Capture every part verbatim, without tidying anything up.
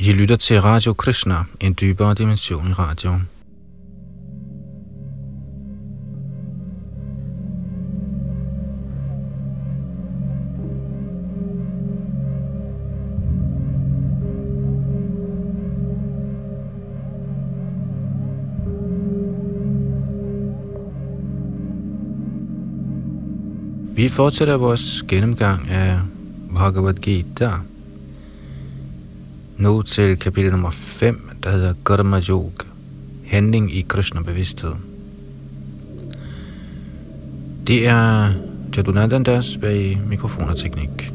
I lytter til Radio Krishna, en dybere dimension i radio. Vi fortsætter vores gennemgang af Bhagavad Gita. Nu til kapitel nummer fem, der hedder Karma Yoga, handling i Krishna-bevidsthed. Det er Jadunandan Das bag mikrofon og teknik.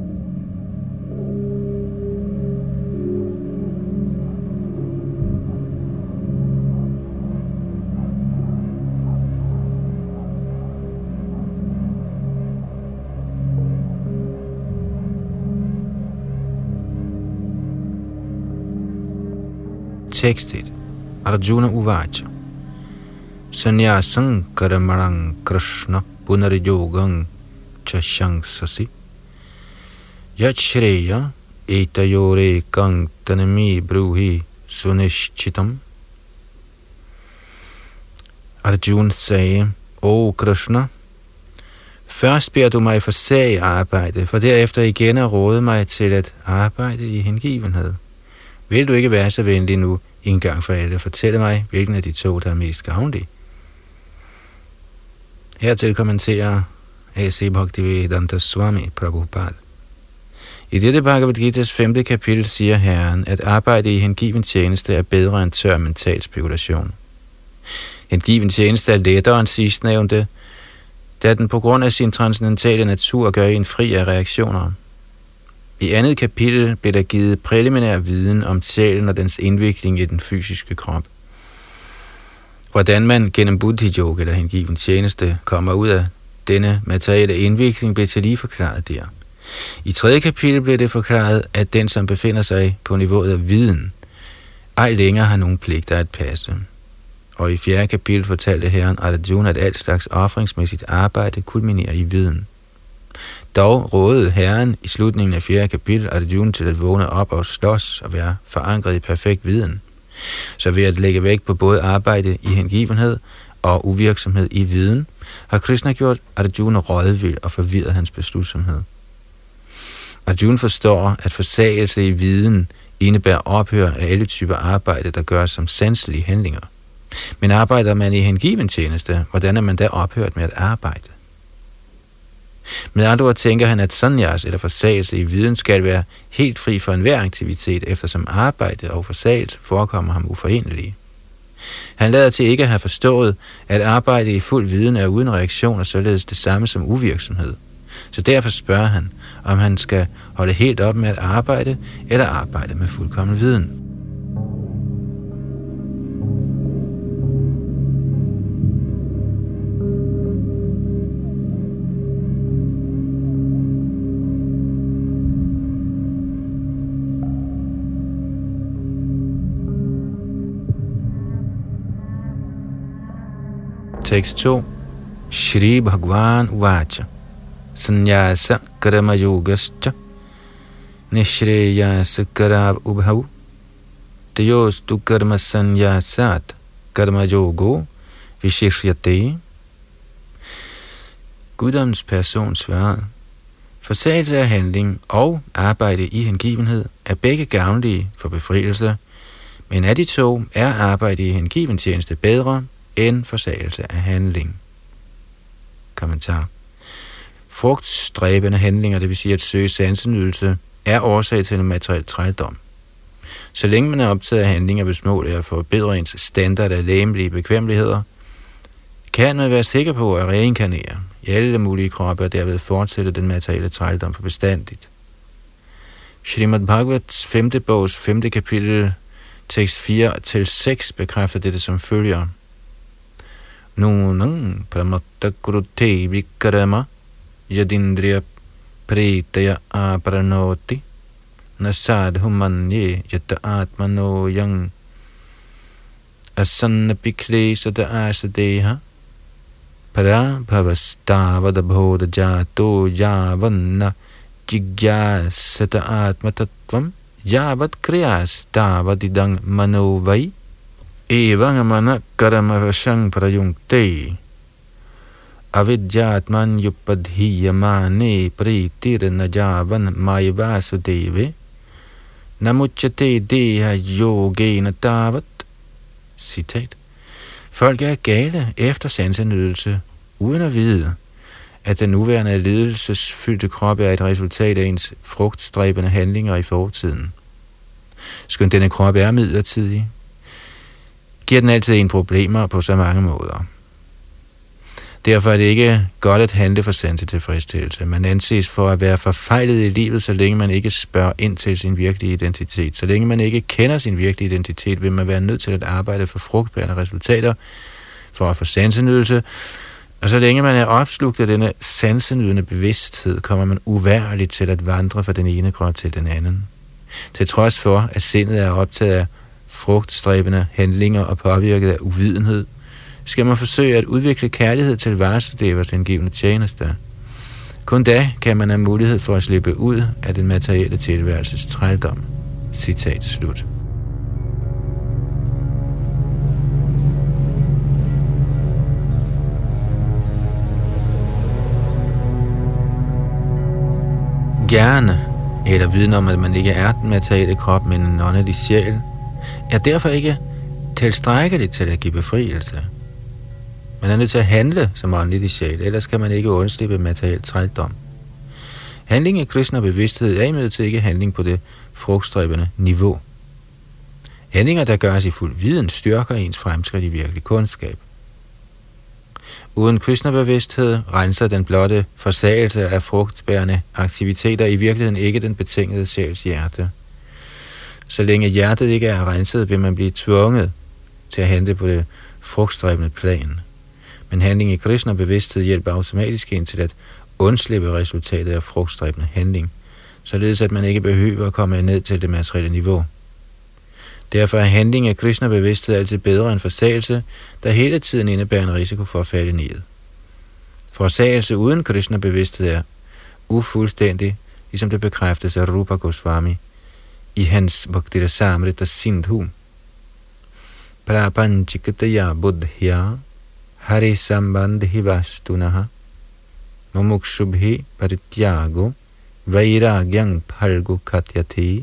Tekstet Arjuna Uvacha Sanyasang Karamarang Krishna Punaryogang Chashangsasi Yachreya Etayore Kang Tanami Bruhi Sunishchitam. Arjuna sagde: O Krishna, først beder du mig forsage arbejde, for derefter igen at råde mig til at arbejde i hengivenhed. Vil du ikke være så venlig nu, en gang for alle, fortælle mig, hvilken af de to, der er mest gavnlig? Hertil kommenterer A C Bhaktivedanta Swami Prabhupada. I dette Bhagavad Gita's femte kapitel siger Herren, at arbejde i hengiven tjeneste er bedre end tør mental spekulation. Hengiven tjeneste er lettere end sidstnævnte, da den på grund af sin transcendentale natur gør en fri af reaktioner. I andet kapitel blev der givet præliminær viden om sjælen og dens indvikling i den fysiske krop. Hvordan man gennem buddhi-yoga eller hengiven tjeneste kommer ud af denne materielle indvikling blev til lige forklaret der. I tredje kapitel blev det forklaret, at den, som befinder sig på niveauet af viden, ej længere har nogen pligter at passe. Og i fjerde kapitel fortalte Herren Arjuna, at alt slags ofringsmæssigt arbejde kulminerer i viden. Dog rådede Herren i slutningen af fjerde kapitel Arjuna til at vågne op og slås og være forankret i perfekt viden. Så ved at lægge vægt på både arbejde i hengivenhed og uvirksomhed i viden, har Krishna gjort Arjuna rådvild og forvirret hans beslutsomhed. Arjuna forstår, at forsagelse i viden indebærer ophør af alle typer arbejde, der gøres som sanselige handlinger. Men arbejder man i hengiven tjeneste, hvordan er man da ophørt med at arbejde? Med andre ord tænker han, at sanyas eller forsagelse i viden skal være helt fri for enhver aktivitet, eftersom arbejde og forsagelse forekommer ham uforenelige. Han lader til ikke at have forstået, at arbejde i fuld viden er uden reaktion og således det samme som uvirksomhed. Så derfor spørger han, om han skal holde helt op med at arbejde eller arbejde med fuldkommen viden. Tekst to. Shri Bhagwan Uvacha Sanyasa Karma Yogascha Nishreyasa Karab Ubhav Tayostu Karma Sanyasat Karma Yogo Vishishyate. Guddoms person svarede: forsagelse af handling og arbejde i hengivenhed er begge gavnlige for befrielse, men af de to er arbejde i hengiven tjeneste bedre end forsagelse af handling. Kommentar. Frugtstræbende handlinger, det vil sige at søge sansenydelse, er årsag til en materiel trældom. Så længe man er optaget af handlinger, hvis mål er at forbedre ens standard af legemlige bekvemmeligheder, kan man være sikker på at reinkarnere i alle mulige kroppe og derved fortsætte den materielle trældom for bestandigt. Srimad Bhagavats femte bogs femte kapitel, tekst fire til seks bekræfter dette som følger: Nunang pramatta kurute vikarama yadindriya pretaya aparanoti nasadhu manye yata atmano yang asanna pikle sada asadeha para bhavastavad bodha jato yavanna jigyasata atmatattvam Javat kriyas davadidang manovai evang karamaravashang prayungte avidyatman yupadhiyamane pritir najavan maivasudeve namuchate deha yogena davat. Citat. Folk er gale efter sansenydelse, uden at vide, at den nuværende lidelsesfyldte krop er et resultat af ens frugtstræbende handlinger i fortiden. Skønt denne krop er midlertidig, giver den altid en problemer på så mange måder. Derfor er det ikke godt at handle for sansetilfredsstillelse. Man anses for at være forfejlet i livet, så længe man ikke spørger ind til sin virkelige identitet. Så længe man ikke kender sin virkelige identitet, vil man være nødt til at arbejde for frugtbærende resultater for at få sansenydelse. Og så længe man er opslugt af denne sansenydende bevidsthed, kommer man uværligt til at vandre fra den ene krop til den anden. Til trods for, at sindet er optaget af frugtstræbende handlinger og påvirket af uvidenhed, skal man forsøge at udvikle kærlighed til Vasudevas indgivende tjenester. Kun da kan man have mulighed for at slippe ud af den materielle tilværelses trældom. Citat slut. Gerne, eller viden om, at man ikke er den materielle krop, men en åndelig sjæl, er derfor ikke tilstrækkeligt til at give befrielse. Man er nødt til at handle som åndelig sjæl, ellers kan man ikke undslippe materiel trældom. Handling i Krishna bevidsthed er imidlertid ikke handling på det frugtstræbende niveau. Handlinger, der gøres i fuld viden, styrker ens fremskridt i virkelig kundskab. Uden Krishna-bevidsthed renser den blotte forsagelse af frugtbærende aktiviteter i virkeligheden ikke den betingede sjæls hjerte. Så længe hjertet ikke er renset, vil man blive tvunget til at handle på det frugtstræbende plan. Men handling i Krishna-bevidsthed hjælper automatisk en til at undslippe resultatet af frugtstræbende handling, således at man ikke behøver at komme ned til det materielle niveau. Derfor er handling af Krishna-bevidsthed altid bedre end forsagelse, der hele tiden indebærer en risiko for at falde ned. Forsagelse uden Krishna-bevidsthed er ufuldstændig, ligesom det bekræftes af Rupa Goswami i hans Bhakti-rasamrita Sindhu. Prapanchikataya buddhya hari sambandhi vastunaha mumukshubhi parityago vairagyang phalgu katyati.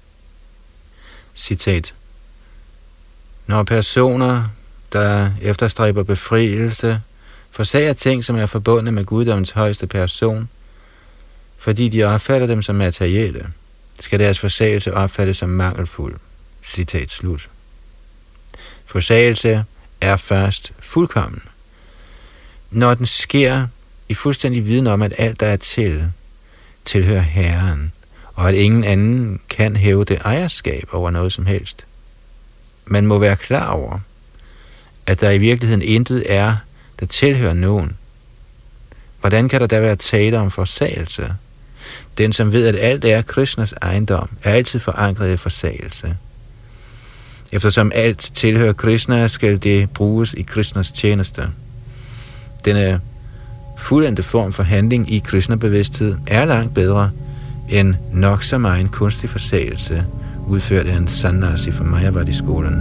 Citat. Når personer, der efterstræber befrielse, forsager ting, som er forbundet med guddommens højeste person, fordi de opfatter dem som materielle, skal deres forsagelse opfattes som mangelfuld. Citat slut. Forsagelse er først fuldkommen, når den sker i fuldstændig viden om, at alt, der er til, tilhører Herren, og at ingen anden kan hæve det ejerskab over noget som helst. Man må være klar over, at der i virkeligheden intet er, der tilhører nogen. Hvordan kan der da være tale om forsagelse? Den, som ved, at alt er Krishnas ejendom, er altid forankret i forsagelse. Eftersom alt tilhører Krishna, skal det bruges i Krishnas tjenester. Denne fuldendte form for handling i Krishna-bevidsthed er langt bedre end nok så meget en kunstig forsagelse, udført af en sannasi fra Mayavadi-skolen.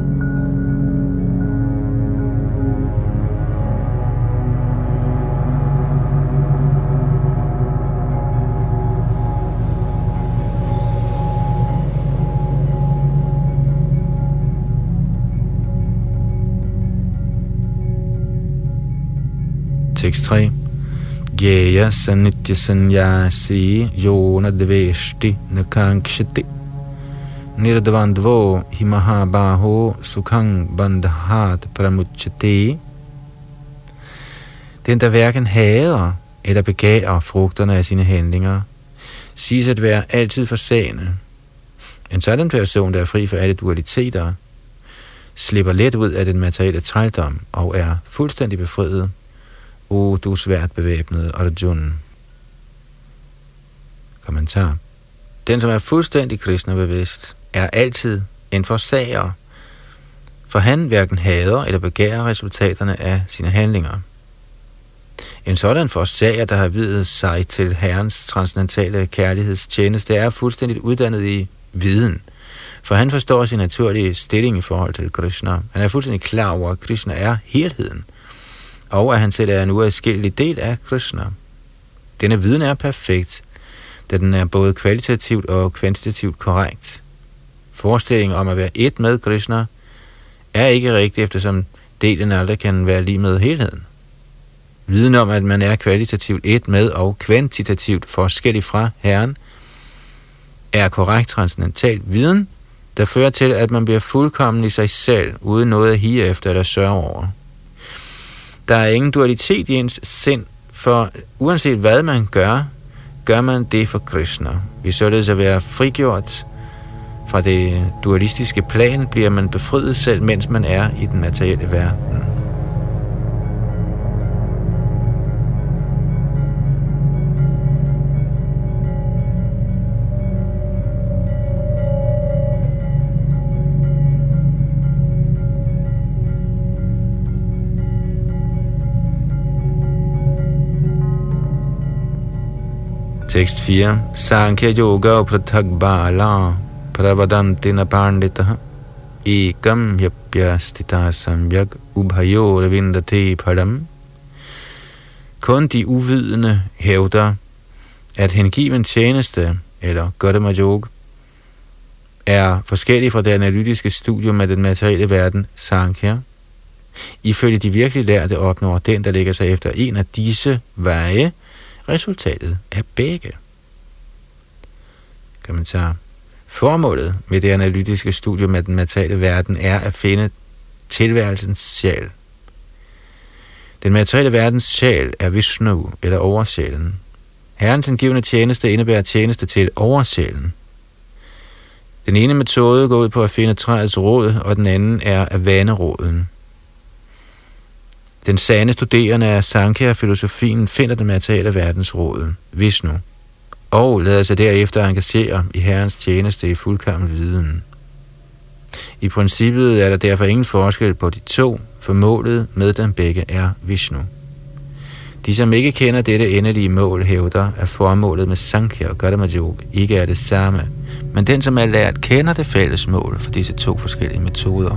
Tekst tre. Gyeya sanitya sanyasi yona dveshti nakankshati nirdvandvo himahabaho sukhang bandhat pramuchati. Den, der hverken hader eller begærer frugterne af sine handlinger, siges at være altid forsagende. En sådan person, der er fri for alle dualiteter, slipper let ud af den materielle trældom og er fuldstændig befriet. O, du svært bevæbnede Arjuna. Kommentar. Den, som er fuldstændig Krishna-bevidst, er altid en forsager, for han hverken hader eller begærer resultaterne af sine handlinger. En sådan forsager, der har videt sig til Herrens transcendentale kærlighedstjeneste, er fuldstændigt uddannet i viden, for han forstår sin naturlige stilling i forhold til Krishna. Han er fuldstændig klar over, at Krishna er helheden, og at han selv er en uadskillelig del af Krishna. Denne viden er perfekt, da den er både kvalitativt og kvantitativt korrekt. Forestillingen om at være et med Krishna er ikke rigtig, eftersom delen aldrig kan være lige med helheden. Viden om, at man er kvalitativt et med og kvantitativt forskellig fra Herren, er korrekt transcendental viden, der fører til, at man bliver fuldkommen i sig selv, uden noget at hige efter eller sørge over. Der er ingen dualitet i ens sind, for uanset hvad man gør, gør man det for Krishna. Ved således at være frigjort fra det dualistiske plan, bliver man befriet selv, mens man er i den materielle verden. Tekst fire. Sankhya yoga prathak bala pravadantina panditaha ekam yapya stita samyak ubhayor vindate padam. Kun de uvidende hævder, at hengiven tjeneste, eller Gautama Yoga, er forskellig fra det analytiske studium af den materielle verden, Sankhya. Ifølge de virkelig lærte opnår den, der lægger sig efter en af disse veje, resultatet er begge. Kommentar. Formålet med det analytiske studium af den materielle verden er at finde tilværelsens sjæl. Den materielle verdens sjæl er Vishnu, eller oversjælen. Herrens hengivne tjeneste indebærer tjeneste til oversjælen. Den ene metode går ud på at finde træets rod, og den anden er at vande roden. Den sande studerende af Sankhya-filosofien finder den materielle verdens rod, Vishnu, og lader sig derefter engagere i Herrens tjeneste i fuldkommen viden. I princippet er der derfor ingen forskel på de to, for målet med dem begge er Vishnu. De, som ikke kender dette endelige mål, hævder, at formålet med Sankhya og Gautama Yoga ikke er det samme, men den, som er lært, kender det fælles mål for disse to forskellige metoder.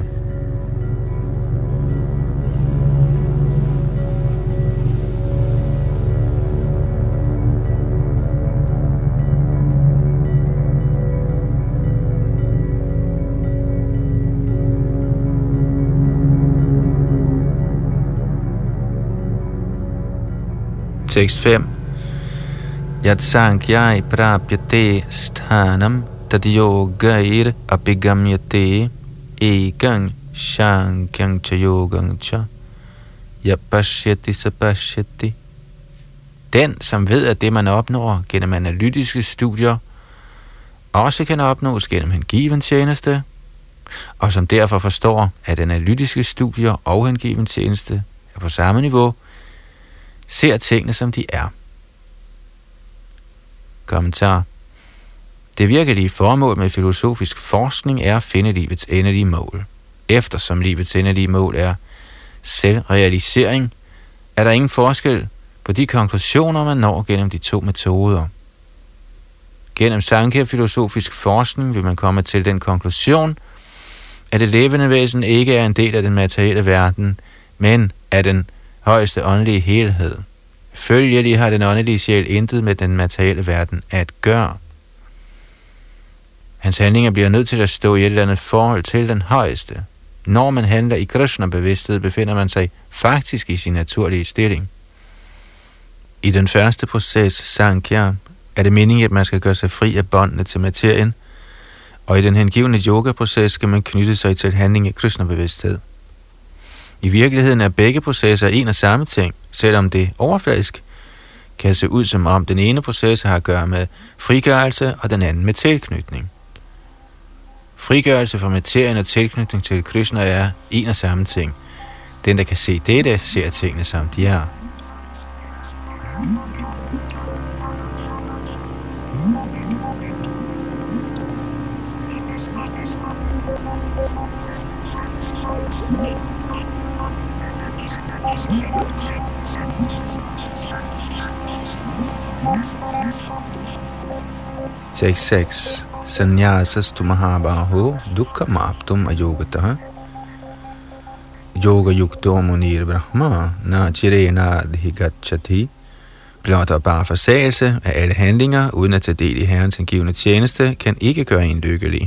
Tekst fem. Yat sankhyae prapyate sthanam tad yogair apigamyate ekang shankyang cha yogang cha yapashyati sapashyati. Den, som ved, at det man opnår gennem analytiske studier, også kan opnås gennem hengiven tjeneste, og som derfor forstår, at analytiske studier og hengiven tjeneste er på samme niveau, ser tingene, som de er. Kommentar. Det virkelige formål med filosofisk forskning er at finde livets endelige mål. Eftersom livets endelige mål er selvrealisering, er der ingen forskel på de konklusioner, man når gennem de to metoder. Gennem Sankhya-filosofisk forskning vil man komme til den konklusion, at det levende væsen ikke er en del af den materielle verden, men af den højeste åndelige helhed. Følgelig har den åndelige sjæl intet med den materielle verden at gøre. Hans handlinger bliver nødt til at stå i et eller andet forhold til den højeste. Når man handler i Krishna-bevidsthed, befinder man sig faktisk i sin naturlige stilling. I den første proces, Sankhya, er det meningen, at man skal gøre sig fri af båndene til materien, og i den hengivne yoga-proces skal man knytte sig til handling i Krishna-bevidsthed. I virkeligheden er begge processer en og samme ting, selvom det overfladisk kan se ud som om den ene proces har at gøre med frigørelse og den anden med tilknytning. Frigørelse fra materien og tilknytning til Krishna er en og samme ting. Den, der kan se dette, ser tingene som de er. Tekst seks. Sanyasastu mahabaho dukkam aptum ayogataha yoga yukto munir brahma na chirena dhigachati. Blot og bare forsagelse af alle handlinger, uden at tage del i Herrens hengivne tjeneste, kan ikke gøre en lykkelig.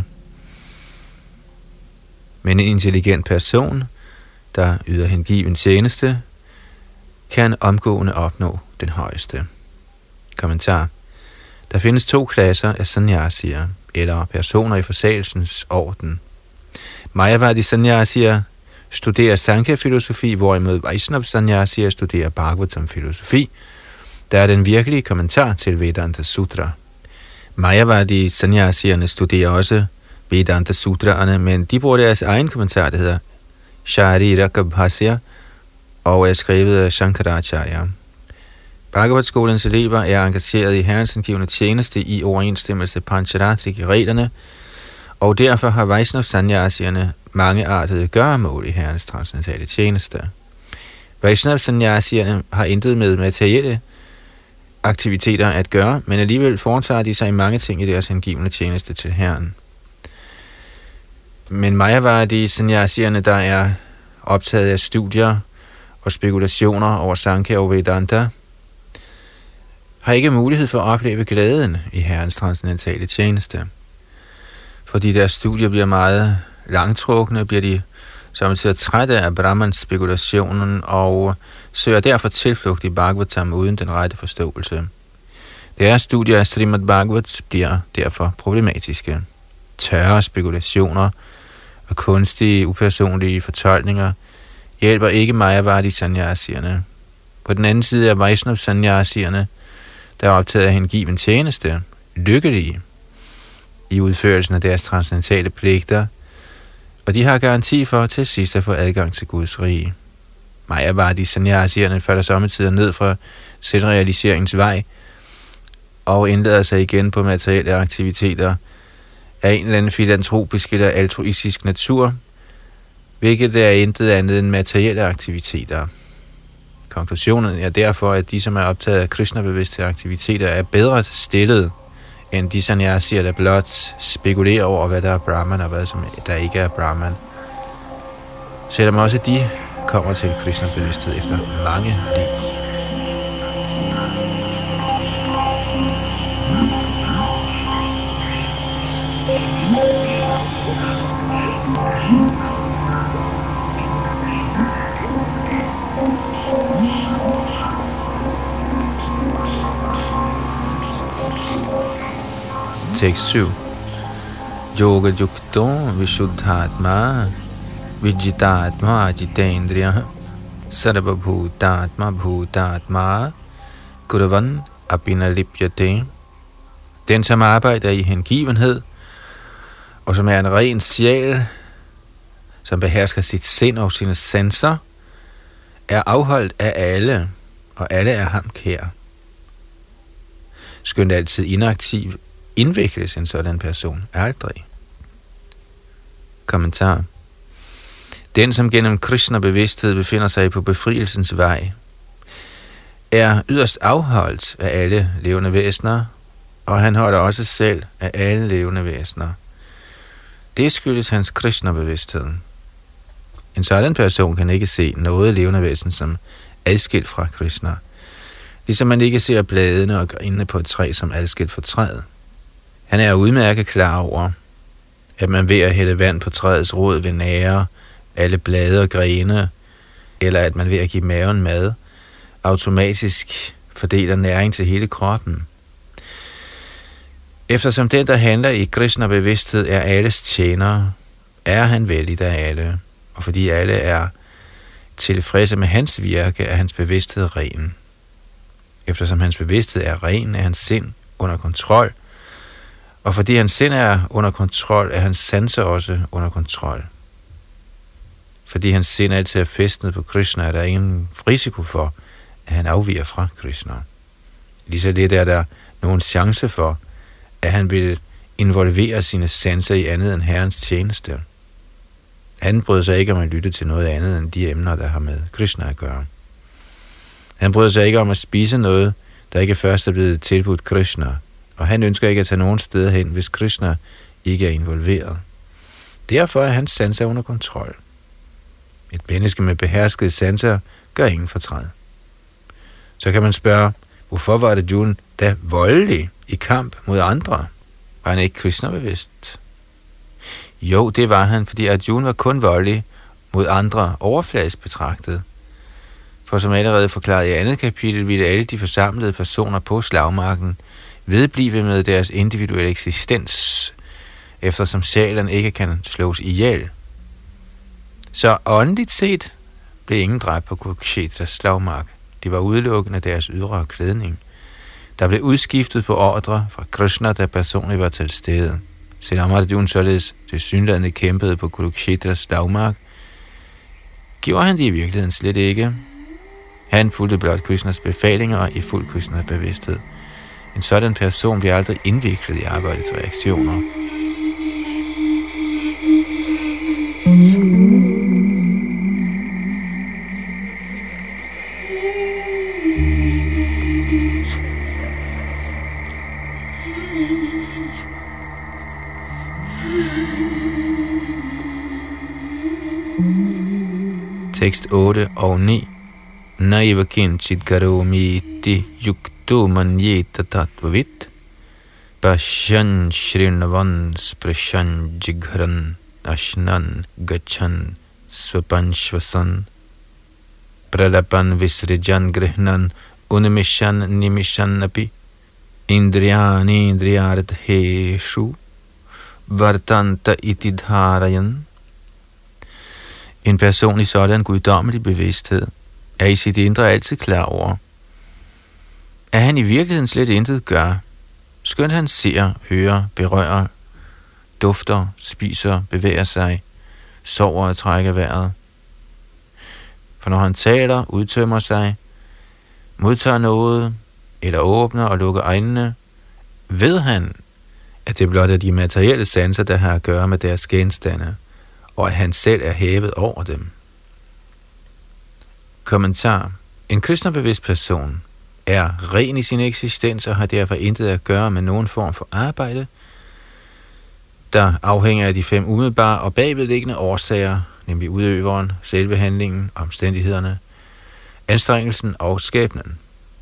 Men en intelligent person, der yder hengiven tjeneste, kan omgående opnå den højeste. Kommentar. Der findes to klasser af sannyasier, eller personer i forsagelsens orden. Mayavadi sannyasier studerer Sankhya-filosofi, hvorimod Vaishnav sannyasier studerer Bhagavatam-filosofi, der er den virkelige kommentar til Vedanta Sutra. Mayavadi sannyasierne studerer også Vedanta Sutraerne, men de bruger deres egen kommentar, der hedder Shariraka Bhasya, og er skrevet af Shankaracharya. Bhagavad-skolens elever er engageret i Herrens hengivne tjeneste i overensstemmelse pancharatrika reglerne, og derfor har Vaishnav sannyasierne mange artede gøremål i Herrens transcendentale tjeneste. Vaishnav sannyasierne har intet med materielle aktiviteter at gøre, men alligevel foretager de sig mange ting i deres hengivne tjeneste til Herren. Men Mayavadi sannyasierne, der er optaget af studier og spekulationer over Sankhya og Vedanta, har ikke mulighed for at opleve glæden i Herrens transcendentale tjeneste. Fordi deres studier bliver meget langtrukne, bliver de samtidig trætte af Brahmans spekulationen og søger derfor tilflugt i Bhagavatam uden den rette forståelse. Deres studier af Srimad Bhagavat bliver derfor problematiske. Tørre spekulationer og kunstige, upersonlige fortolkninger hjælper ikke Mayavadi sannyasierne. På den anden side er Vaishnav sannyasierne, der er optaget af hengiven tjeneste, lykkelige i udførelsen af deres transcendentale pligter, og de har garanti for til sidst at få adgang til Guds rige. Mayavadi sannyasierne falder sommetider ned fra selvrealiseringens vej og indlader sig igen på materielle aktiviteter af en eller anden filantropisk eller altruistisk natur, hvilket er intet andet end materielle aktiviteter. Konklusionen er derfor, at de, som er optaget af Krishna-bevidste aktiviteter, er bedre stillet end de sannyasier, der blot spekulerer over, hvad der er Brahman og hvad som der ikke er Brahman. Selvom også de kommer til Krishna-bevidsthed efter mange liv. Tekst syv. Yoga yukto vishuddhatma vijitatma jitendriya sarvabhutatma bhutatma kudavan apinalipyate. Den, som arbejder i hengivenhed, og som er en ren sjæl, som behersker sit sind og sine sanser, er afholdt af alle, og alle er ham kær. Skønt altid inaktiv, indvikles en sådan person aldrig. Kommentar. Den, som gennem Krishna-bevidsthed befinder sig på befrielsens vej, er yderst afholdt af alle levende væsener, og han holder også selv af alle levende væsener. Det skyldes hans Krishna-bevidsthed. En sådan person kan ikke se noget levende væsen som adskilt fra Krishna, ligesom man ikke ser bladene og grenene på et træ som adskilt fra træet. Han er udmærket klar over, at man ved at hælde vand på træets rod vil nære alle blade og grene, eller at man ved at give maven mad, automatisk fordeler næring til hele kroppen. Eftersom den, der handler i Krishna-bevidsthed, er alles tjenere, er han vældig af alle, og fordi alle er tilfredse med hans virke, er hans bevidsthed ren. Eftersom hans bevidsthed er ren, er hans sind under kontrol, og fordi hans sind er under kontrol, er hans sanser også under kontrol. Fordi hans sind altid er fæstnet på Krishna, er der ingen risiko for, at han afviger fra Krishna. Ligeså lidt er der nogen chance for, at han vil involvere sine sanser i andet end Herrens tjeneste. Han bryder sig ikke om at lytte til noget andet end de emner, der har med Krishna at gøre. Han bryder sig ikke om at spise noget, der ikke først er blevet tilbudt Krishna. og han ønsker ikke at tage nogen steder hen, hvis Krishna ikke er involveret. Derfor er hans sanser under kontrol. Et menneske med beherskede sanser gør ingen fortræd. Så kan man spørge, hvorfor var Arjuna da voldelig i kamp mod andre? Var han ikke Krishna-bevidst? Jo, det var han, fordi Arjuna var kun voldelig mod andre overfladisk betragtet. For som allerede forklaret i andet kapitel, ville alle de forsamlede personer på slagmarken vedblive med deres individuelle eksistens, eftersom sjælen ikke kan slås ihjel. Så åndeligt set blev ingen dræbt på Kurukshetras slagmark. De var udelukkende deres ydre klædning, der blev udskiftet på ordre fra Krishna, der personligt var til stede. Selvom Arjuna således tilsyneladende kæmpede på Kurukshetras slagmark, gjorde han det i virkeligheden slet ikke. Han fulgte blot Krishnas befalinger i fuld Krishnas bevidsthed. En sådan person bliver aldrig indviklet i arbejdets reaktioner. Tekst otte og ni. Naiva kinchit karomi iti yukto manyeta tatvavit pashan shrinavan sprashan jigharan ashnan gachan svapanshvasan pralapan visrijan grihnan unimishan nimishan api indriyani indriyart heshu vartanta iti dharayan. En person i sådan guddommelig bevidsthed er i sit indre altid klar over, at han i virkeligheden slet intet gør, skønt han ser, hører, berører, dufter, spiser, bevæger sig, sover og trækker vejret. For når han taler, udtømmer sig, modtager noget, eller åbner og lukker øjnene, ved han, at det blot er de materielle sanser, der har at gøre med deres genstande, og at han selv er hævet over dem. Kommentar. En Krishna-bevidst person er ren i sin eksistens og har derfor intet at gøre med nogen form for arbejde, der afhænger af de fem umiddelbare og bagvedliggende årsager, nemlig udøveren, selve handlingen, omstændighederne, anstrengelsen og skæbnen.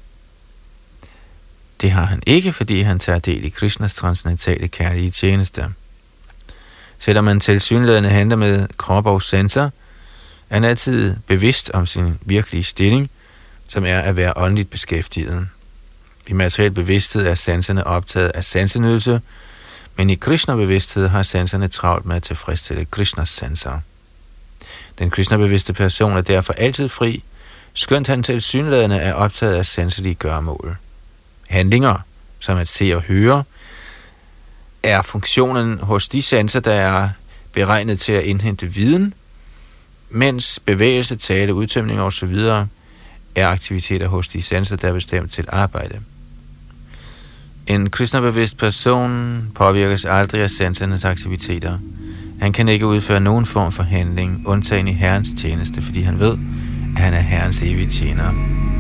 Det har han ikke, fordi han tager del i Krishnas transcendentale kærlige tjeneste. Selvom man tilsyneladende handler med krop og sanser, er han altid bevidst om sin virkelige stilling, som er at være åndeligt beskæftiget. I materiel bevidsthed er sanserne optaget af sansenydelse, men i Krishna-bevidsthed har sanserne travlt med at tilfredsstille Krishnas sanser. Den Krishna-bevidste person er derfor altid fri, skønt han tilsyneladende er optaget af sanselige gøremål. Handlinger, som at se og høre, er funktionen hos de sanser, der er beregnet til at indhente viden, mens bevægelse, tale, udtømning osv. er aktiviteter hos de sanser, der er bestemt til arbejde. En Krishna-bevidst person påvirkes aldrig af sansernes aktiviteter. Han kan ikke udføre nogen form for handling, undtagen i Herrens tjeneste, fordi han ved, at han er Herrens evige tjener.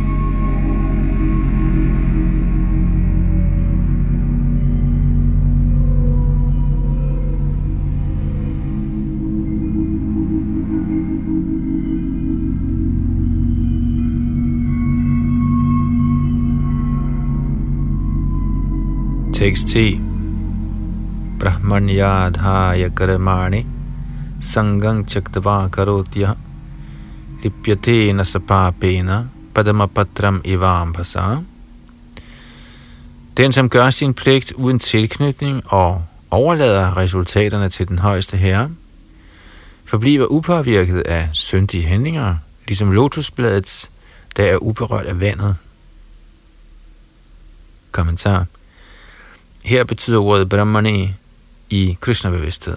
Tekst ti. Brahmanyadhaya karamani sangang chaktava karotya lipyate nasapapena padamapatram ivambhasa. Den, som gør sin pligt uden tilknytning og overlader resultaterne til den højeste herre, forbliver upåvirket af syndige handlinger, ligesom lotusbladet, der er uberørt af vandet. Kommentar. Her betyder ordet Brahmani i Krishna-bevidsthed.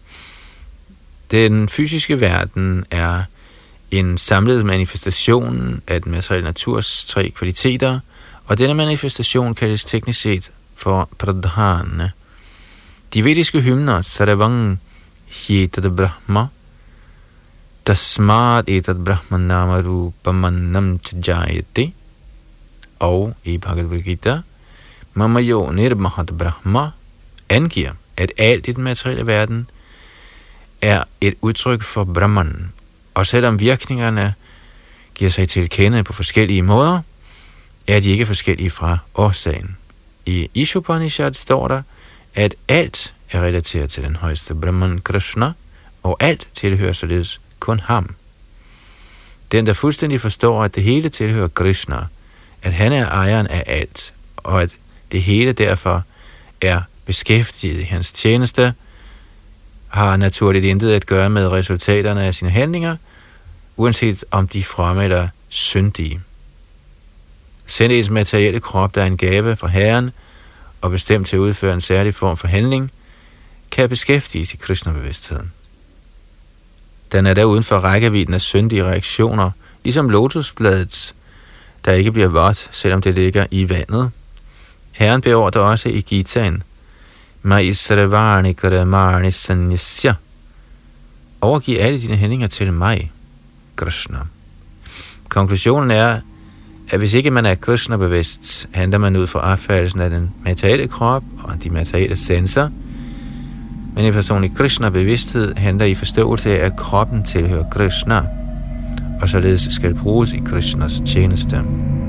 Den fysiske verden er en samlet manifestation af den materielle naturs tre kvaliteter, og denne manifestation kaldes teknisk set for pradhana. De vediske hymner Sarvang Hyetad Brahma, Tasmad Etad Brahmanama Rupamannam Chajayate, og i Bhagavad Gita Mamayo Nirmahat Brahma angiver, at alt i den materielle verden er et udtryk for Brahman, og selvom virkningerne giver sig til kende på forskellige måder, er de ikke forskellige fra årsagen. I Ishopanishad står der, at alt er relateret til den højeste Brahman Krishna, og alt tilhører således kun ham. Den, der fuldstændig forstår, at det hele tilhører Krishna, at han er ejeren af alt, og at det hele derfor er beskæftiget i hans tjeneste, har naturligt intet at gøre med resultaterne af sine handlinger, uanset om de er fromme eller syndige. Selv ens materielle krop, der er en gave fra Herren og bestemt til at udføre en særlig form for handling, kan beskæftiges i Krishna-bevidstheden. Den er der uden for rækkevidden af syndige reaktioner, ligesom lotusbladet, der ikke bliver vådt, selvom det ligger i vandet. Herren beordrer også i Gitaen, Maisarvani Karamani Sanyasya. Overgiv alle dine handlinger til mig, Krishna. Konklusionen er, at hvis ikke man er Krishna-bevidst, handler man ud fra opfattelsen af den materielle krop og de materielle sanser, men en person i Krishna-bevidsthed handler i forståelse af, at kroppen tilhører Krishna, og således skal bruges i Krishnas tjeneste.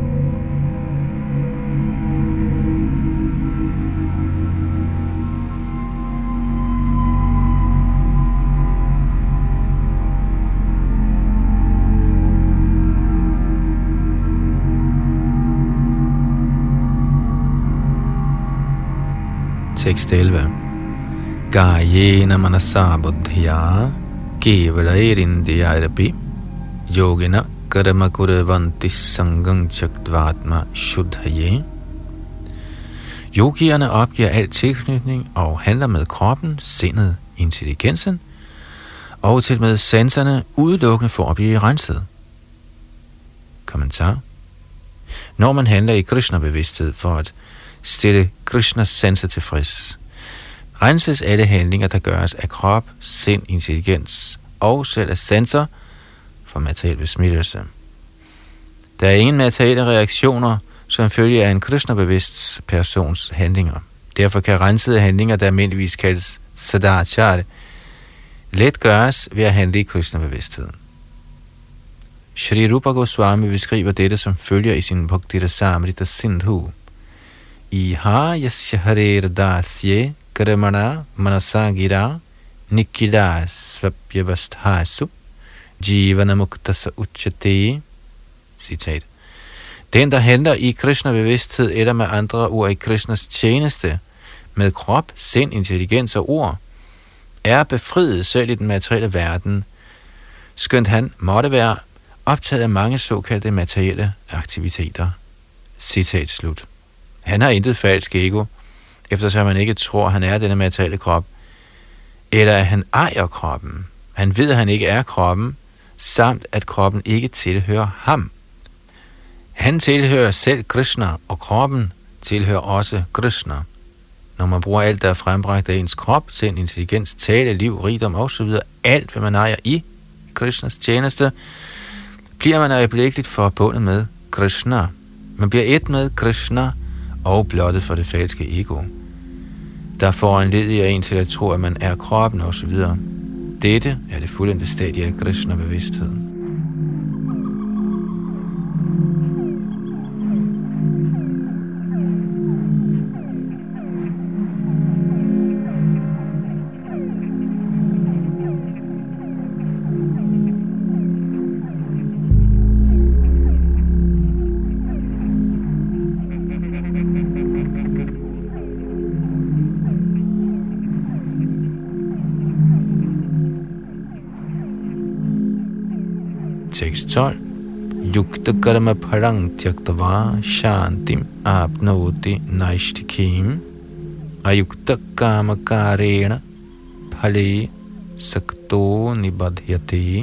Tekst elleve. Gayena manasa buddhya kevalayirindiyarapi yogina karma kurvanti sangam chaktvatma shuddhaye. Yogierne opgiver al tilknytning og handler med kroppen, sindet, intelligensen og til med sanserne udelukkende for at blive renset. Kommentar. Når man handler i Krishna-bevidsthed for at stille Krishnas sanser tilfreds, renses alle handlinger, der gøres af krop, sind, intelligens og selv af sanser for materiel besmittelse. Der er ingen materielle reaktioner, som følger af en Krishna-bevidst persons handlinger. Derfor kan rensede handlinger, der almindeligvis kaldes sadachara, let gøres ved at handle i Krishna-bevidstheden. Shri Rupa Goswami beskriver dette som følger i sin Bhakti Rasamrita Sindhu. Iha yasya harer dasye karamana manasagira nikila svapyavasthasu jivana muktasa uchate. Citat. Den, der handler i Krishna-bevidsthed eller med andre ord i Krishnas tjeneste, med krop, sind, intelligens og ord, er befriet selv i den materielle verden, skønt han måtte være optaget af mange såkaldte materielle aktiviteter. Citat slut. Han har intet falsk ego, eftersom han ikke tror, han er denne materielle krop, eller at han ejer kroppen. Han ved, at han ikke er kroppen, samt at kroppen ikke tilhører ham. Han tilhører selv Krishna, og kroppen tilhører også Krishna. Når man bruger alt, der er frembragt af ens krop, sind, intelligens, tale, liv, rigdom osv., alt, hvad man ejer i Krishnas tjeneste, bliver man øjeblikkeligt forbundet med Krishna. Man bliver et med Krishna og blottet for det falske ego, der foranlediger en til at tro, at man er kroppen osv. Dette er det fuldendte stadie af Krishna-bevidsthed. Tekst tolv. Yukta karma parang tyaktava shantim apnoti naishtikim ayukta kama karena phale sakto nibadhyate.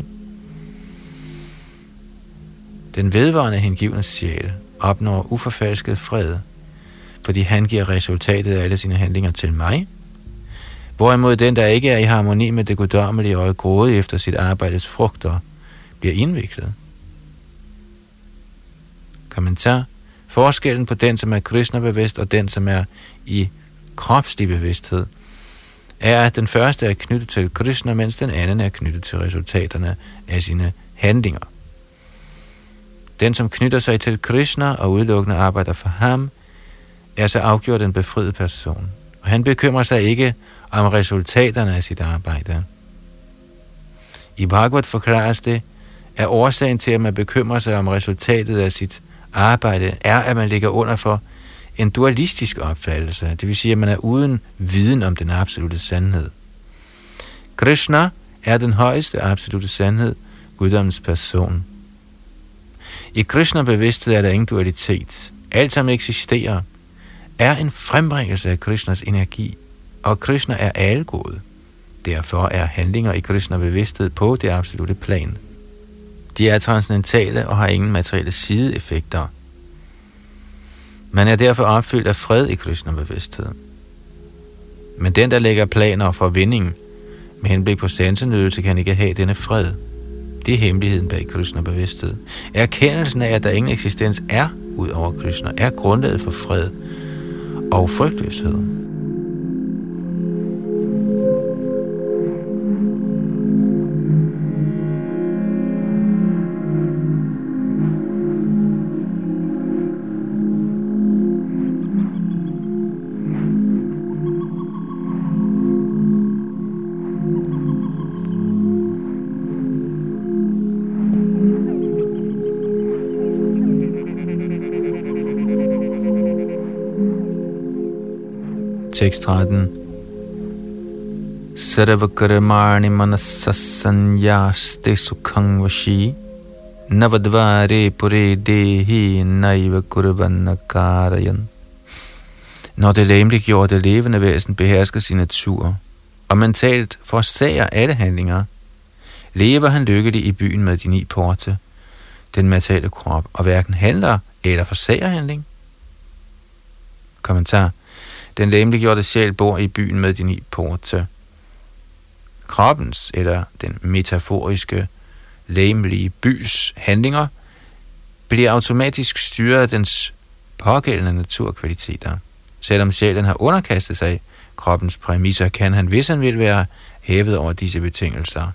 Den vedvarende hengivne sjæl opnår uforfalsket fred, fordi han giver resultatet af alle sine handlinger til mig, hvorimod den, der ikke er i harmoni med det guddommelige og er grådig efter sit arbejdes frugter, bliver indviklet. Kommentar. Forskellen på den, som er Krishna-bevidst, og den, som er i kropslig bevidsthed, er, at den første er knyttet til Krishna, mens den anden er knyttet til resultaterne af sine handlinger. Den, som knytter sig til Krishna og udelukkende arbejder for ham, er så afgjort en befriet person, og han bekymrer sig ikke om resultaterne af sit arbejde. I Bhagavad forklares det, at årsagen til, at man bekymrer sig om resultatet af sit arbejde, er, at man ligger under for en dualistisk opfattelse, det vil sige, at man er uden viden om den absolute sandhed. Krishna er den højeste absolute sandhed, guddommens person. I Krishna-bevidsthed er der ingen dualitet. Alt, som eksisterer, er en frembringelse af Krishnas energi, og Krishna er algod. Derfor er handlinger i Krishna-bevidsthed på det absolute plan. De er transcendentale og har ingen materielle sideeffekter. Man er derfor opfyldt af fred i Krishna-bevidsthed. Men den, der lægger planer for vinding med henblik på sansenydelse, kan ikke have denne fred. Det er hemmeligheden bag Krishna-bevidsthed. Erkendelsen af, at der ingen eksistens er ud over Krishna, er grundlaget for fred og frygtløshed. Tekst tretten. Sarvakarmani manasassanyaste sukhang vashi navadvare pure dehi naiva kurvanna karayan. Når det legemliggjorte levende væsen behersker sin natur og mentalt forsager alle handlinger, lever han lykkelig i byen med de ni porte, den materielle krop, og hverken handler eller forsager handling. Kommentar. Den legemliggjorte sjæl bor i byen med de ni porte. Kroppens, eller den metaforiske, legemlige bys handlinger, bliver automatisk styret af dens pågældende naturkvaliteter. Selvom sjælen har underkastet sig kroppens præmisser, kan han, hvis han vil, være hævet over disse betingelser.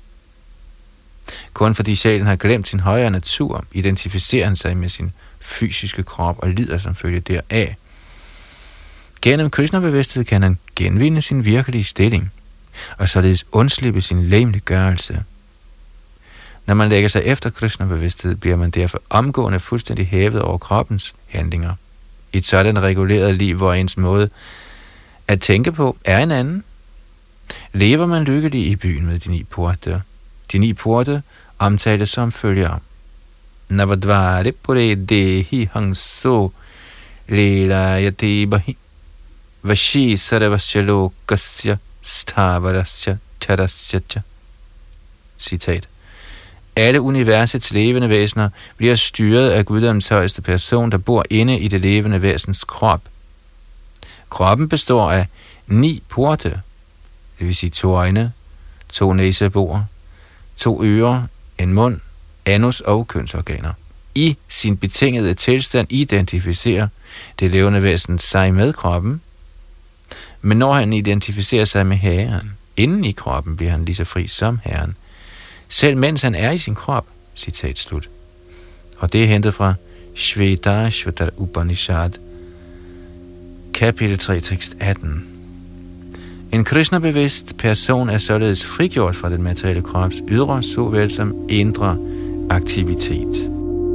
Kun fordi sjælen har glemt sin højere natur, identificerer han sig med sin fysiske krop og lider som følge deraf. Gennem Krishna-bevidsthed kan han genvinde sin virkelige stilling, og således undslippe sin legemliggørelse. Når man lægger sig efter Krishna-bevidsthed, bliver man derfor omgående fuldstændig hævet over kroppens handlinger. I et sådan reguleret liv, hvor ens måde at tænke på er en anden, lever man lykkelig i byen med de ni porte. De ni porte omtales som følger. Navadvare pure dehi hangso lelayate bahi vashi saravasya lokasya stavarasya charasya. Citat. Alle universets levende væsener bliver styret af guddommens højeste person, der bor inde i det levende væsens krop. Kroppen består af ni porte, det vil sige to øjne, to næseborer, to ører, en mund, anus og kønsorganer. I sin betingede tilstand identificerer det levende væsen sig med kroppen, men når han identificerer sig med Herren, inden i kroppen bliver han lige så fri som Herren, selv mens han er i sin krop. Citat slut. Og det er hentet fra Shvetashvatar Upanishad, kapitel tre, tekst atten. En Krishna-bevidst person er således frigjort fra den materielle krops ydre, såvel som indre aktivitet.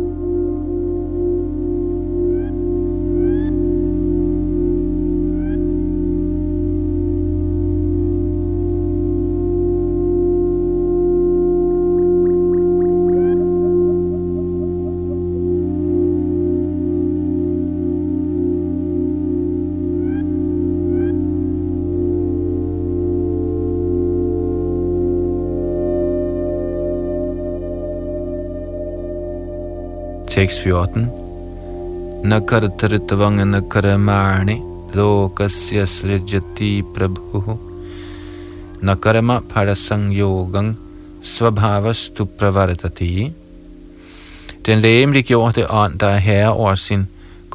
Tekst fjorten. Nakartaritavanga nakaramani lokasya srijati prabhu nakarama parasanyogang svabhavastu pravartati. Den legemliggjorte ånd, der er herre over sin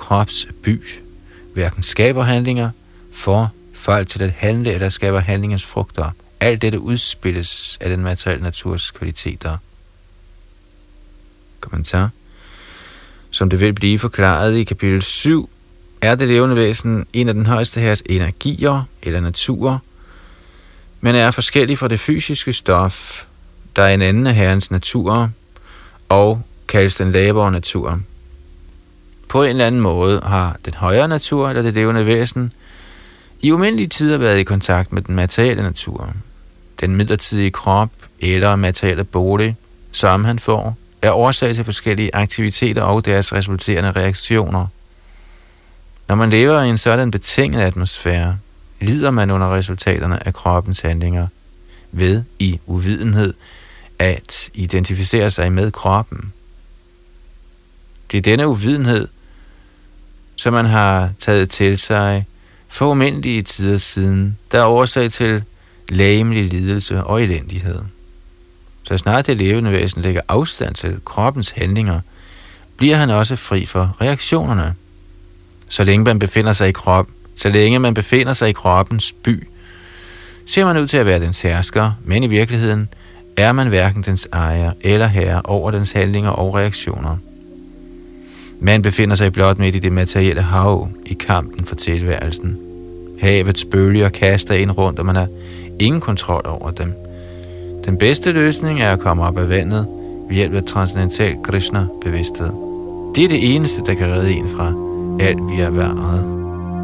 kropsby hverken skaber handlinger, får folk til at handle eller skaber handlingens frugter. Alt dette udspilles af den materielle naturs kvaliteter. Kommentar. Som det vil blive forklaret i kapitel syv, er det levende væsen en af den højeste herres energier eller naturer, men er forskellig fra det fysiske stof, der er en anden af herrens naturer, og kaldes den lavere natur. På en eller anden måde har den højere natur eller det levende væsen i umindelige tider været i kontakt med den materielle natur. Den midlertidige krop eller materielle bolig, som han får, er årsag til forskellige aktiviteter og deres resulterende reaktioner. Når man lever i en sådan betinget atmosfære, lider man under resultaterne af kroppens handlinger ved i uvidenhed at identificere sig med kroppen. Det er denne uvidenhed, som man har taget til sig for umindelige tider siden, der er årsag til legemlig lidelse og elendighed. Så snart det levende væsen lægger afstand til kroppens handlinger, bliver han også fri for reaktionerne. Så længe man befinder sig i krop, så længe man befinder sig i kroppens by, ser man ud til at være dens hersker, men i virkeligheden er man hverken dens ejer eller herre over dens handlinger og reaktioner. Man befinder sig blot midt i det materielle hav i kampen for tilværelsen. Havets bølger kaster ind rundt, og man har ingen kontrol over dem. Den bedste løsning er at komme op af vandet ved hjælp af transcendental Krishna-bevidsthed. Det er det eneste, der kan redde en fra alt vi er været.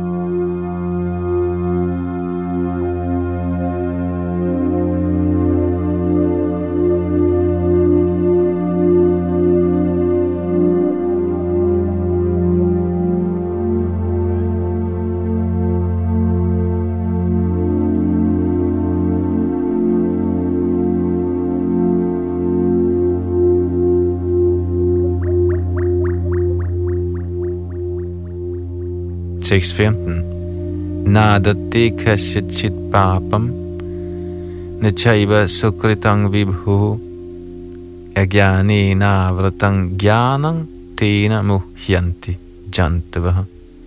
Tekst femten. Nadate kasyachit papam nachaiva sukritang vibhu agyane navratang gyanang tena muhyanti jantavaha.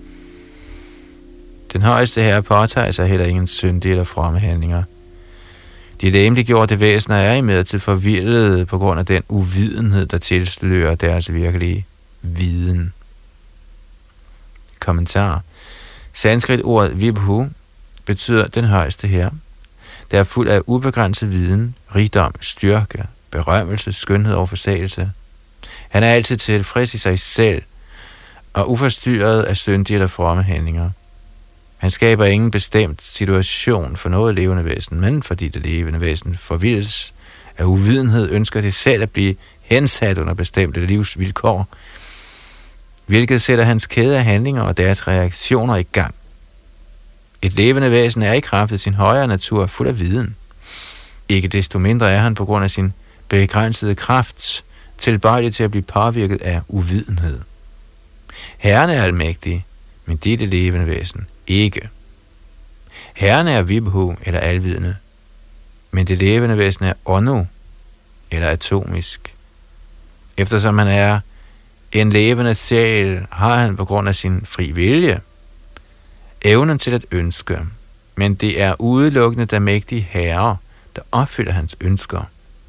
Den højeste herre påtager sig heller ingen syndige eller fromme handlinger. De legemliggjorte væsener er imidlertid forvirrede på grund af den uvidenhed, der tilslører deres virkelige viden. Kommentar. Sanskrit-ordet vibhu betyder den højeste herre, der er fuld af ubegrænset viden, rigdom, styrke, berømmelse, skønhed og forsagelse. Han er altid tilfreds i sig selv og uforstyrret af syndige eller fromme handlinger. Han skaber ingen bestemt situation for noget levende væsen, men fordi det levende væsen forvildes af uvidenhed, ønsker det selv at blive hensat under bestemte livsvilkår, hvilket sætter hans kæde af handlinger og deres reaktioner i gang. Et levende væsen er i kraft af sin højere natur fuld af viden. Ikke desto mindre er han på grund af sin begrænsede kraft tilbøjelig til at blive påvirket af uvidenhed. Herren er almægtig, men det er det levende væsen ikke. Herren er vibhu eller alvidende, men det levende væsen er onu eller atomisk. Eftersom han er en levende sjæl, har han på grund af sin fri vilje evnen til at ønske, men det er udelukkende der mægtige herre, der opfylder hans ønsker.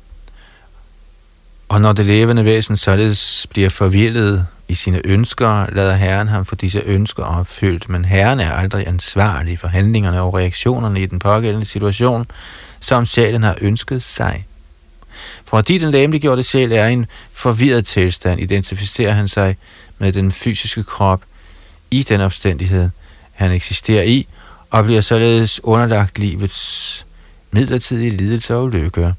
Og når det levende væsen således bliver forvildet i sine ønsker, lader Herren ham få disse ønsker opfyldt, men Herren er aldrig ansvarlig for handlingerne og reaktionerne i den pågældende situation, som sjælen har ønsket sig. Fordi den legemliggjorte sjæl er i en forvirret tilstand, identificerer han sig med den fysiske krop i den omstændighed, han eksisterer i, og bliver således underlagt livets midlertidige lidelse og ulykke.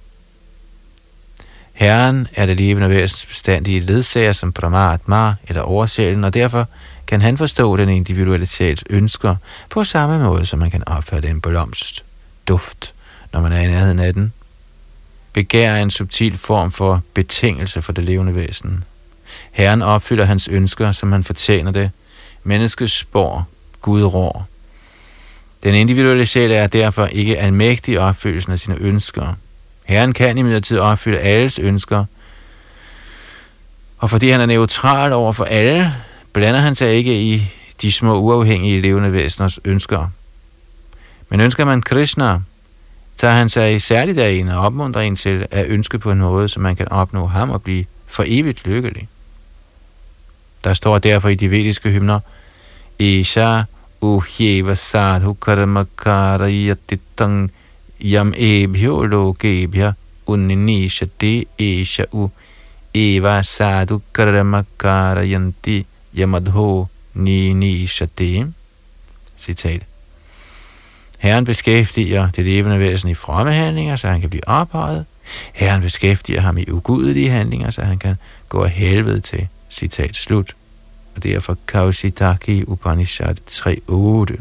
Herren er det levende væsens bestandige ledsager som Paramatma eller oversjælen, og derfor kan han forstå den individuelle sjæls ønsker på samme måde, som man kan opfatte en blomst duft, når man er i nærheden af den. Begær er en subtil form for betingelse for det levende væsen. Herren opfylder hans ønsker, som han fortjener det. Menneskets spor, Gud rår. Den individuelle sjæl er derfor ikke almægtig i opfyldelsen af sine ønsker. Herren kan imidlertid opfylde alles ønsker, og fordi han er neutral over for alle blander han sig ikke i de små uafhængige levende væseners ønsker. Men ønsker man Krishna, tager han sig særligt af en og opmuntrer en til at ønske på en måde, så man kan opnå ham og blive for evigt lykkelig. Der står derfor i de vediske hymner, Isha uhyeva sadhu karmakara yatitang yam ebhyo logebhya unninishati isha u eva sadhu karmakara yanti yamadho ninishati. Citat. Herren beskæftiger det levende væsen i fromme handlinger, så han kan blive ophøjet. Herren beskæftiger ham i ugudelige handlinger, så han kan gå af helvede til. Citat slut. Og det er fra Kaushitaki Upanishad tre otte.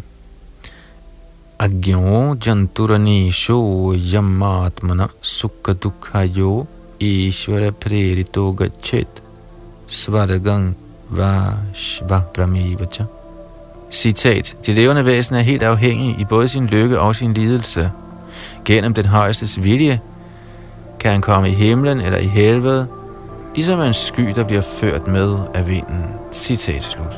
Agyo janturanisho yamatmana sukha dukhayo ishvara prerito gachet svargang vashvabhramivacha. Citat. De levende væsen er helt afhængige i både sin lykke og sin lidelse. Gennem den højestes vilje kan han komme i himlen eller i helvede, ligesom en sky, der bliver ført med af vinden. Citat slut.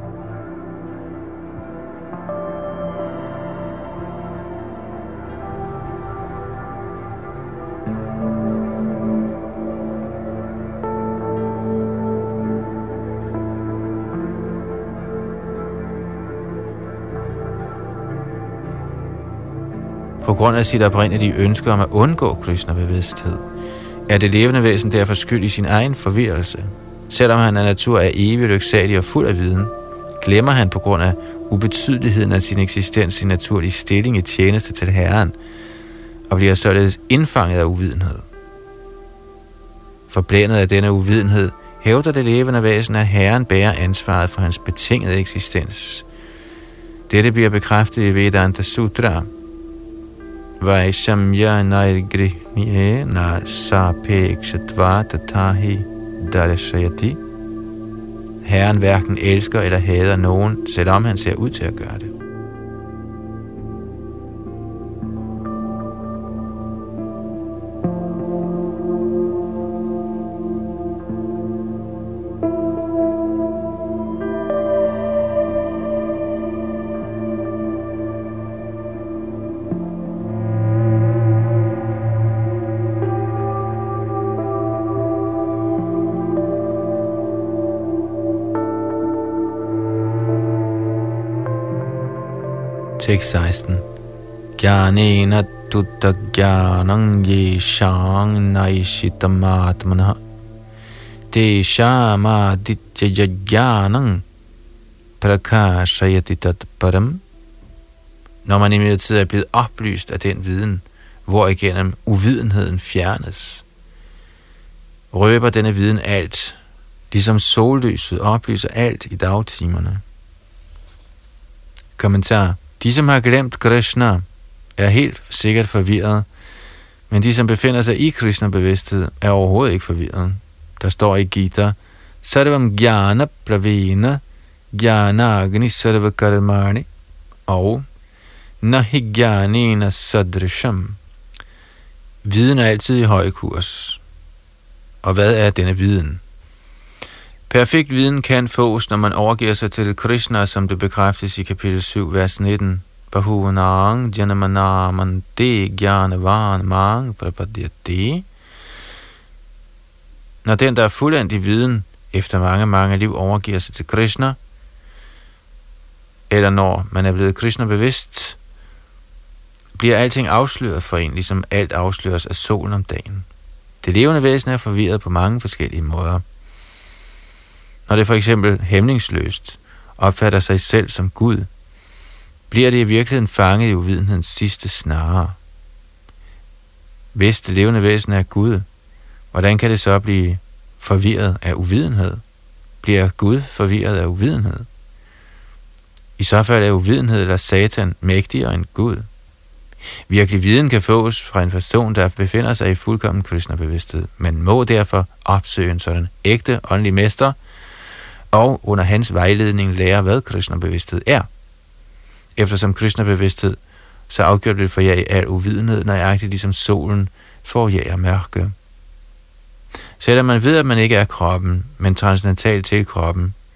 På grund af sit oprindelige ønske om at undgå Krishna-bevidsthed, er det levende væsen derfor skyld i sin egen forvirrelse. Selvom han af natur er evig lyksalig og fuld af viden, glemmer han på grund af ubetydeligheden af sin eksistens sin naturlige stilling i tjeneste til Herren, og bliver således indfanget af uvidenhed. Forblændet af denne uvidenhed, hævder det levende væsen, at Herren bærer ansvaret for hans betingede eksistens. Dette bliver bekræftet i Vedanta Sutra. Vaishamya nairgrihniye na sapekshatva tatahi darashayati. Herren hverken elsker eller hader nogen, selvom han ser ud til at gøre det. Tekst seksten. Gyanena tutta gyanang yeshang naishitamatmana deshamaditya gyanang prakashayati tat param. Når man imidlertid er blevet oplyst af den viden, hvorigennem uvidenheden fjernes, røber denne viden alt, ligesom sollyset oplyser alt i dagtimerne. Kommentar. De, som har glemt Krishna, er helt sikkert forvirret, men de, som befinder sig i Krishna-bevidsthed, er overhovedet ikke forvirret. Der står i Gita, Sarvam Jnana Pravena Jnana Agni Sarva Karmani og Nahi Jnanena Sadrisham. Viden er altid i høj kurs. Og hvad er denne viden? Perfekt viden kan fås, når man overgiver sig til Krishna, som det bekræftes i kapitel syv, vers nitten. Bahunang janamanamante gyanavan mang prapadyate. Når den, der er fuldendt i viden, efter mange, mange liv overgiver sig til Krishna, eller når man er blevet Krishna-bevidst, bliver alting afsløret for en, ligesom alt afsløres af solen om dagen. Det levende væsen er forvirret på mange forskellige måder. Når det for eksempel hæmningsløst opfatter sig selv som Gud, bliver det i virkeligheden fanget i uvidenhedens sidste snare. Hvis det levende væsen er Gud, hvordan kan det så blive forvirret af uvidenhed? Bliver Gud forvirret af uvidenhed? I så fald er uvidenhed eller Satan mægtigere end Gud. Virkelig viden kan fås fra en person, der befinder sig i fuldkommen Krishna-bevidsthed, men må derfor opsøge en sådan ægte åndelig mester, og under hans vejledning lære, hvad Krishna-bevidsthed er. Eftersom Krishna-bevidsthed så afgjort vil forjage al uvidenhed, nøjagtigt ligesom solen forjager mørke. Selvom man ved, at man ikke er kroppen, men transcendental til kroppen,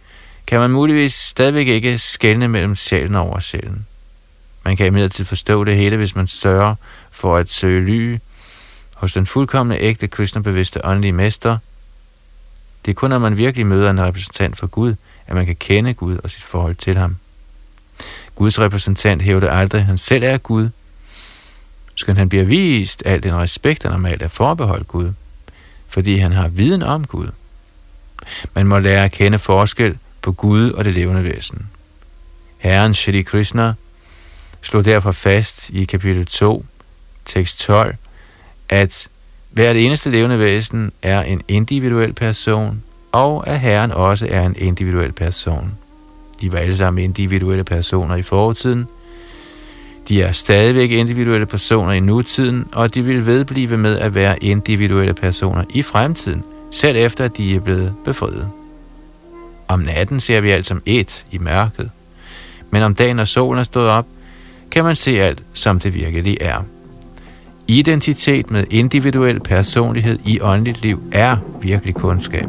kan man muligvis stadigvæk ikke skelne mellem sjælen og oversjælen. Man kan imidlertid forstå det hele, hvis man sørger for at søge ly hos den fuldkomne ægte Krishna-bevidste åndelige mester. Det er kun, når man virkelig møder en repræsentant for Gud, at man kan kende Gud og sit forhold til ham. Guds repræsentant hævder aldrig, at han selv er Gud. Skal han bliver vist al den respekt, der normalt er forbeholdt Gud, fordi han har viden om Gud. Man må lære at kende forskel på Gud og det levende væsen. Herren Shri Krishna slog derfor fast i kapitel to, tekst tolv, at hvert eneste levende væsen er en individuel person, og at Herren også er en individuel person. De var alle sammen individuelle personer i fortiden. De er stadigvæk individuelle personer i nutiden, og de vil vedblive med at være individuelle personer i fremtiden, selv efter at de er blevet befriet. Om natten ser vi alt som ét i mørket, men om dagen, når solen er stået op, kan man se alt, som det virkelig er. Identitet med individuel personlighed i åndeligt liv er virkelig kundskab.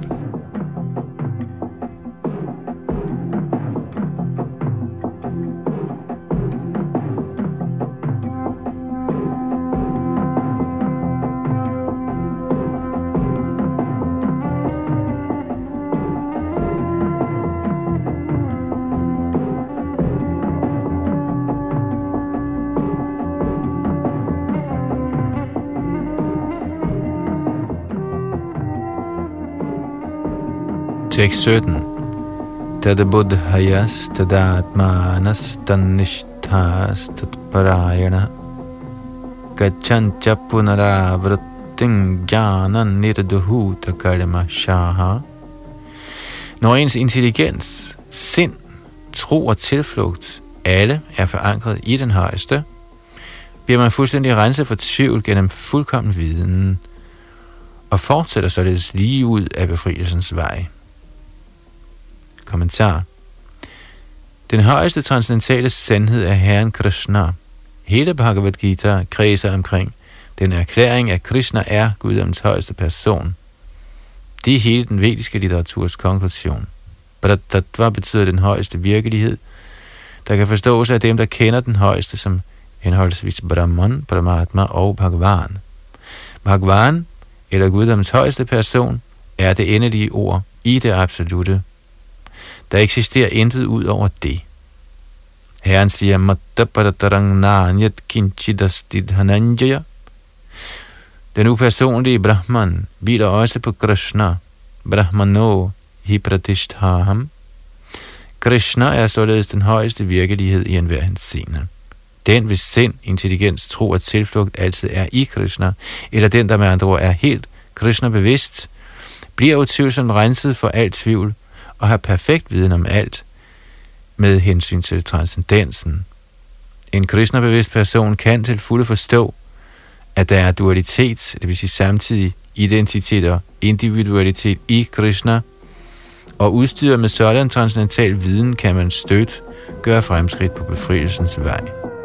Tekst sytten. Tada buddhayas tadatmanas tanishthas tatparayana gachancha punaravritting jnanan nirduhuta karma shaha. Når ens intelligens, sind, tro og tilflugt alle er forankret i den højeste, bliver man fuldstændig renset for tvivl gennem fuldkommen viden og fortsætter således lige ud af befrielsens vej. Kommentar. Den højeste transcendentale sandhed er Herren Krishna. Hele Bhagavad Gita kredser omkring den erklæring, at Krishna er guddommens højeste person. Det er hele den vediske litteraturs konklusion. Brahmatattva betyder den højeste virkelighed, der kan forstås af dem, der kender den højeste som henholdsvis Brahman, Paramatma og Bhagavan. Bhagavan, eller guddommens højeste person, er det endelige ord i det absolutte. Der eksisterer intet ud over det. Herren siger, Mattaparattarang nanyat kinchidastid hananjaya. Den upersonlige Brahman hviler også på Krishna. Brahmano hi pratisthaham. Krishna er således den højeste virkelighed i enhver henseende. Den, hvis sind, intelligens, tro og tilflugt altid er i Krishna, eller den, der med andre ord er helt Krishna-bevidst, bliver utvivlsomt renset for alt tvivl og har perfekt viden om alt med hensyn til transcendensen. En Krishna-bevidst person kan til fulde forstå, at der er dualitet, det vil sige samtidig identitet og individualitet i Krishna, og udstyret med sådan transcendental viden kan man stødt gøre fremskridt på befrielsens vej.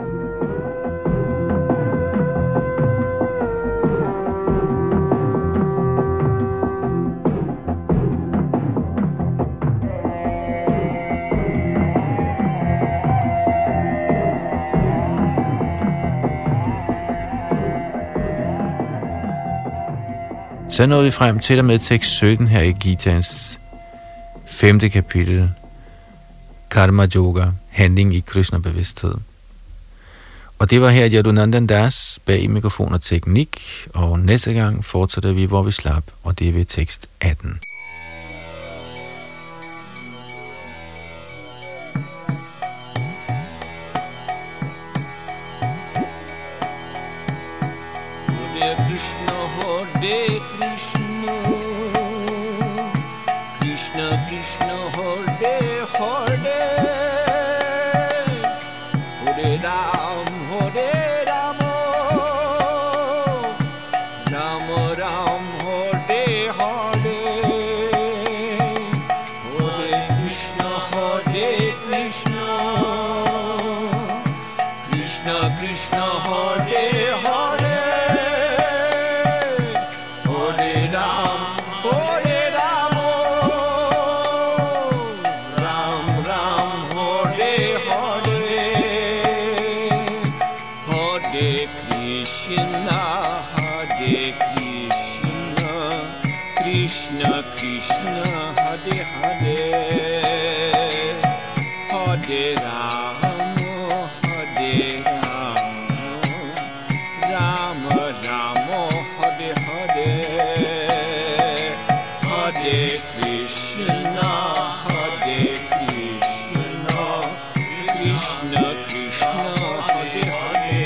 Så nåede vi frem til og med tekst sytten her i Gitaens femte kapitel, Karma Yoga, handling i Krishna-bevidsthed. Og det var her Yadunandan Das bag mikrofon og teknik, og næste gang fortsætter vi, hvor vi slap, og det er ved tekst atten. Ram Krishna Krishna Hare Hare Hare Rama Hare Rama Rama Rama Hare Hare Hare Krishna Hare Krishna Krishna Krishna Hare Hare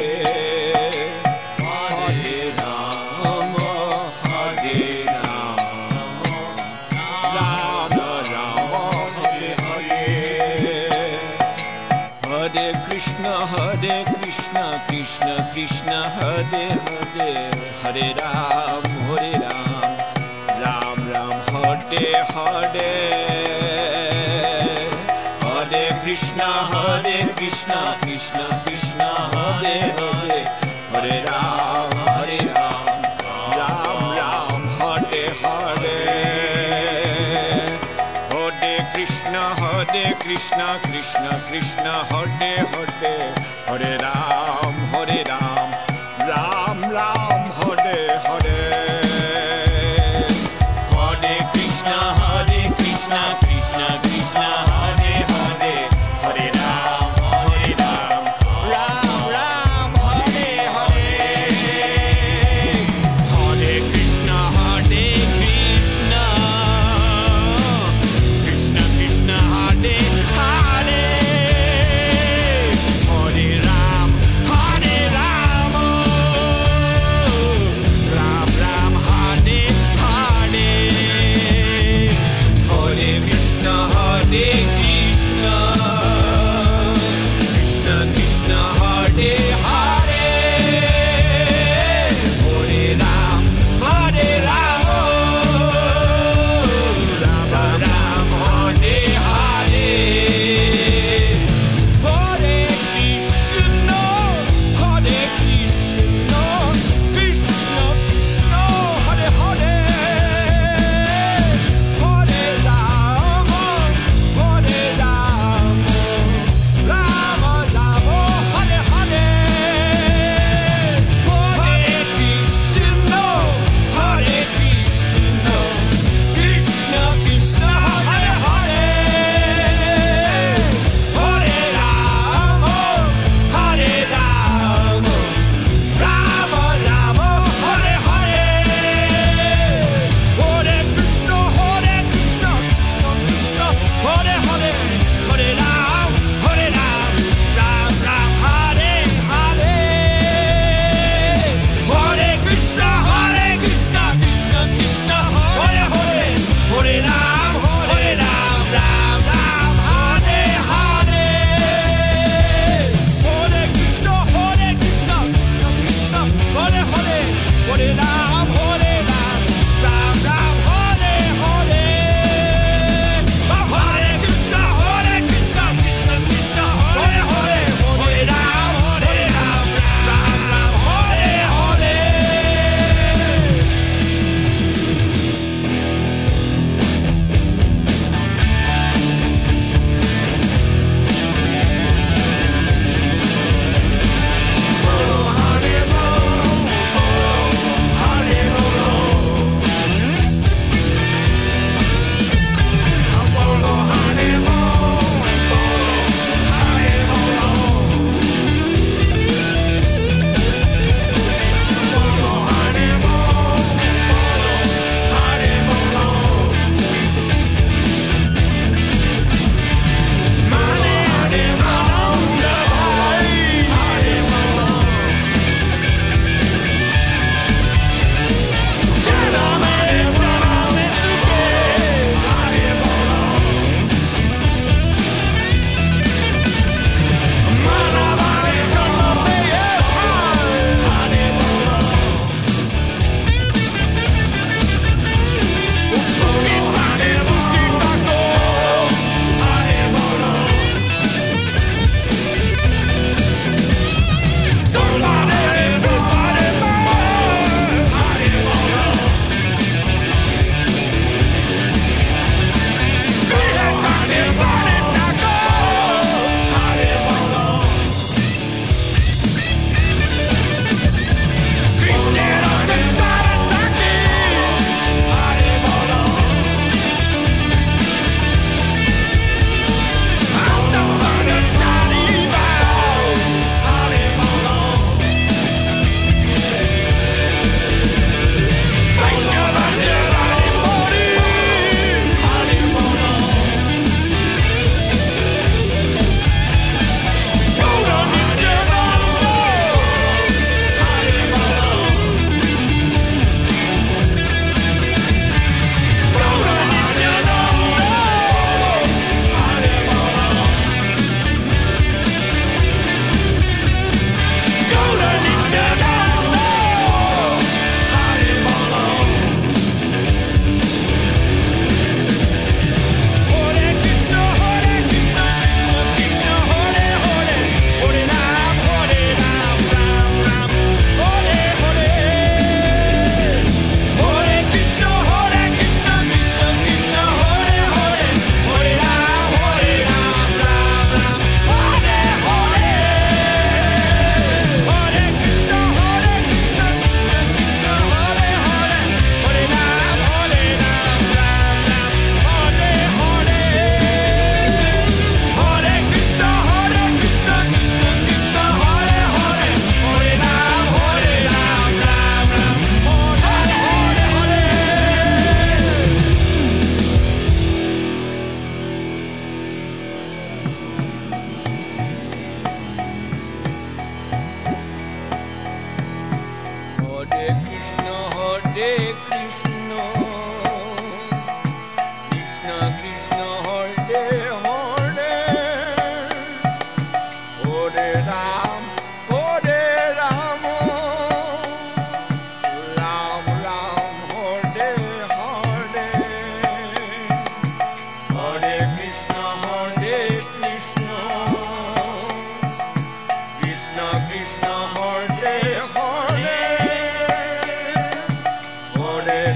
Hare Rama Hare Rama Rama Rama Hare Hare Hare Krishna Hare Krishna Krishna Krishna Hare Hare Hare Ram Hare Ram Ram Ram Hare Hare Hare Krishna Hare Krishna Krishna Krishna Hare Hare Hare Ram Hare Ram Ram Ram Hare Hare Hare Krishna Hare Krishna Krishna Krishna Hare Hare Hare Ram Hare Ram Ram Ram Hare Hare Hare Krishna Hare Krishna Krishna Krishna Hare Hare Hare Ram Hare Ram Ram Ram Hare Hare Hare Krishna Hare Krishna Krishna Krishna Hare Hare Hare Ram Hare Ram Ram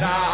Ram.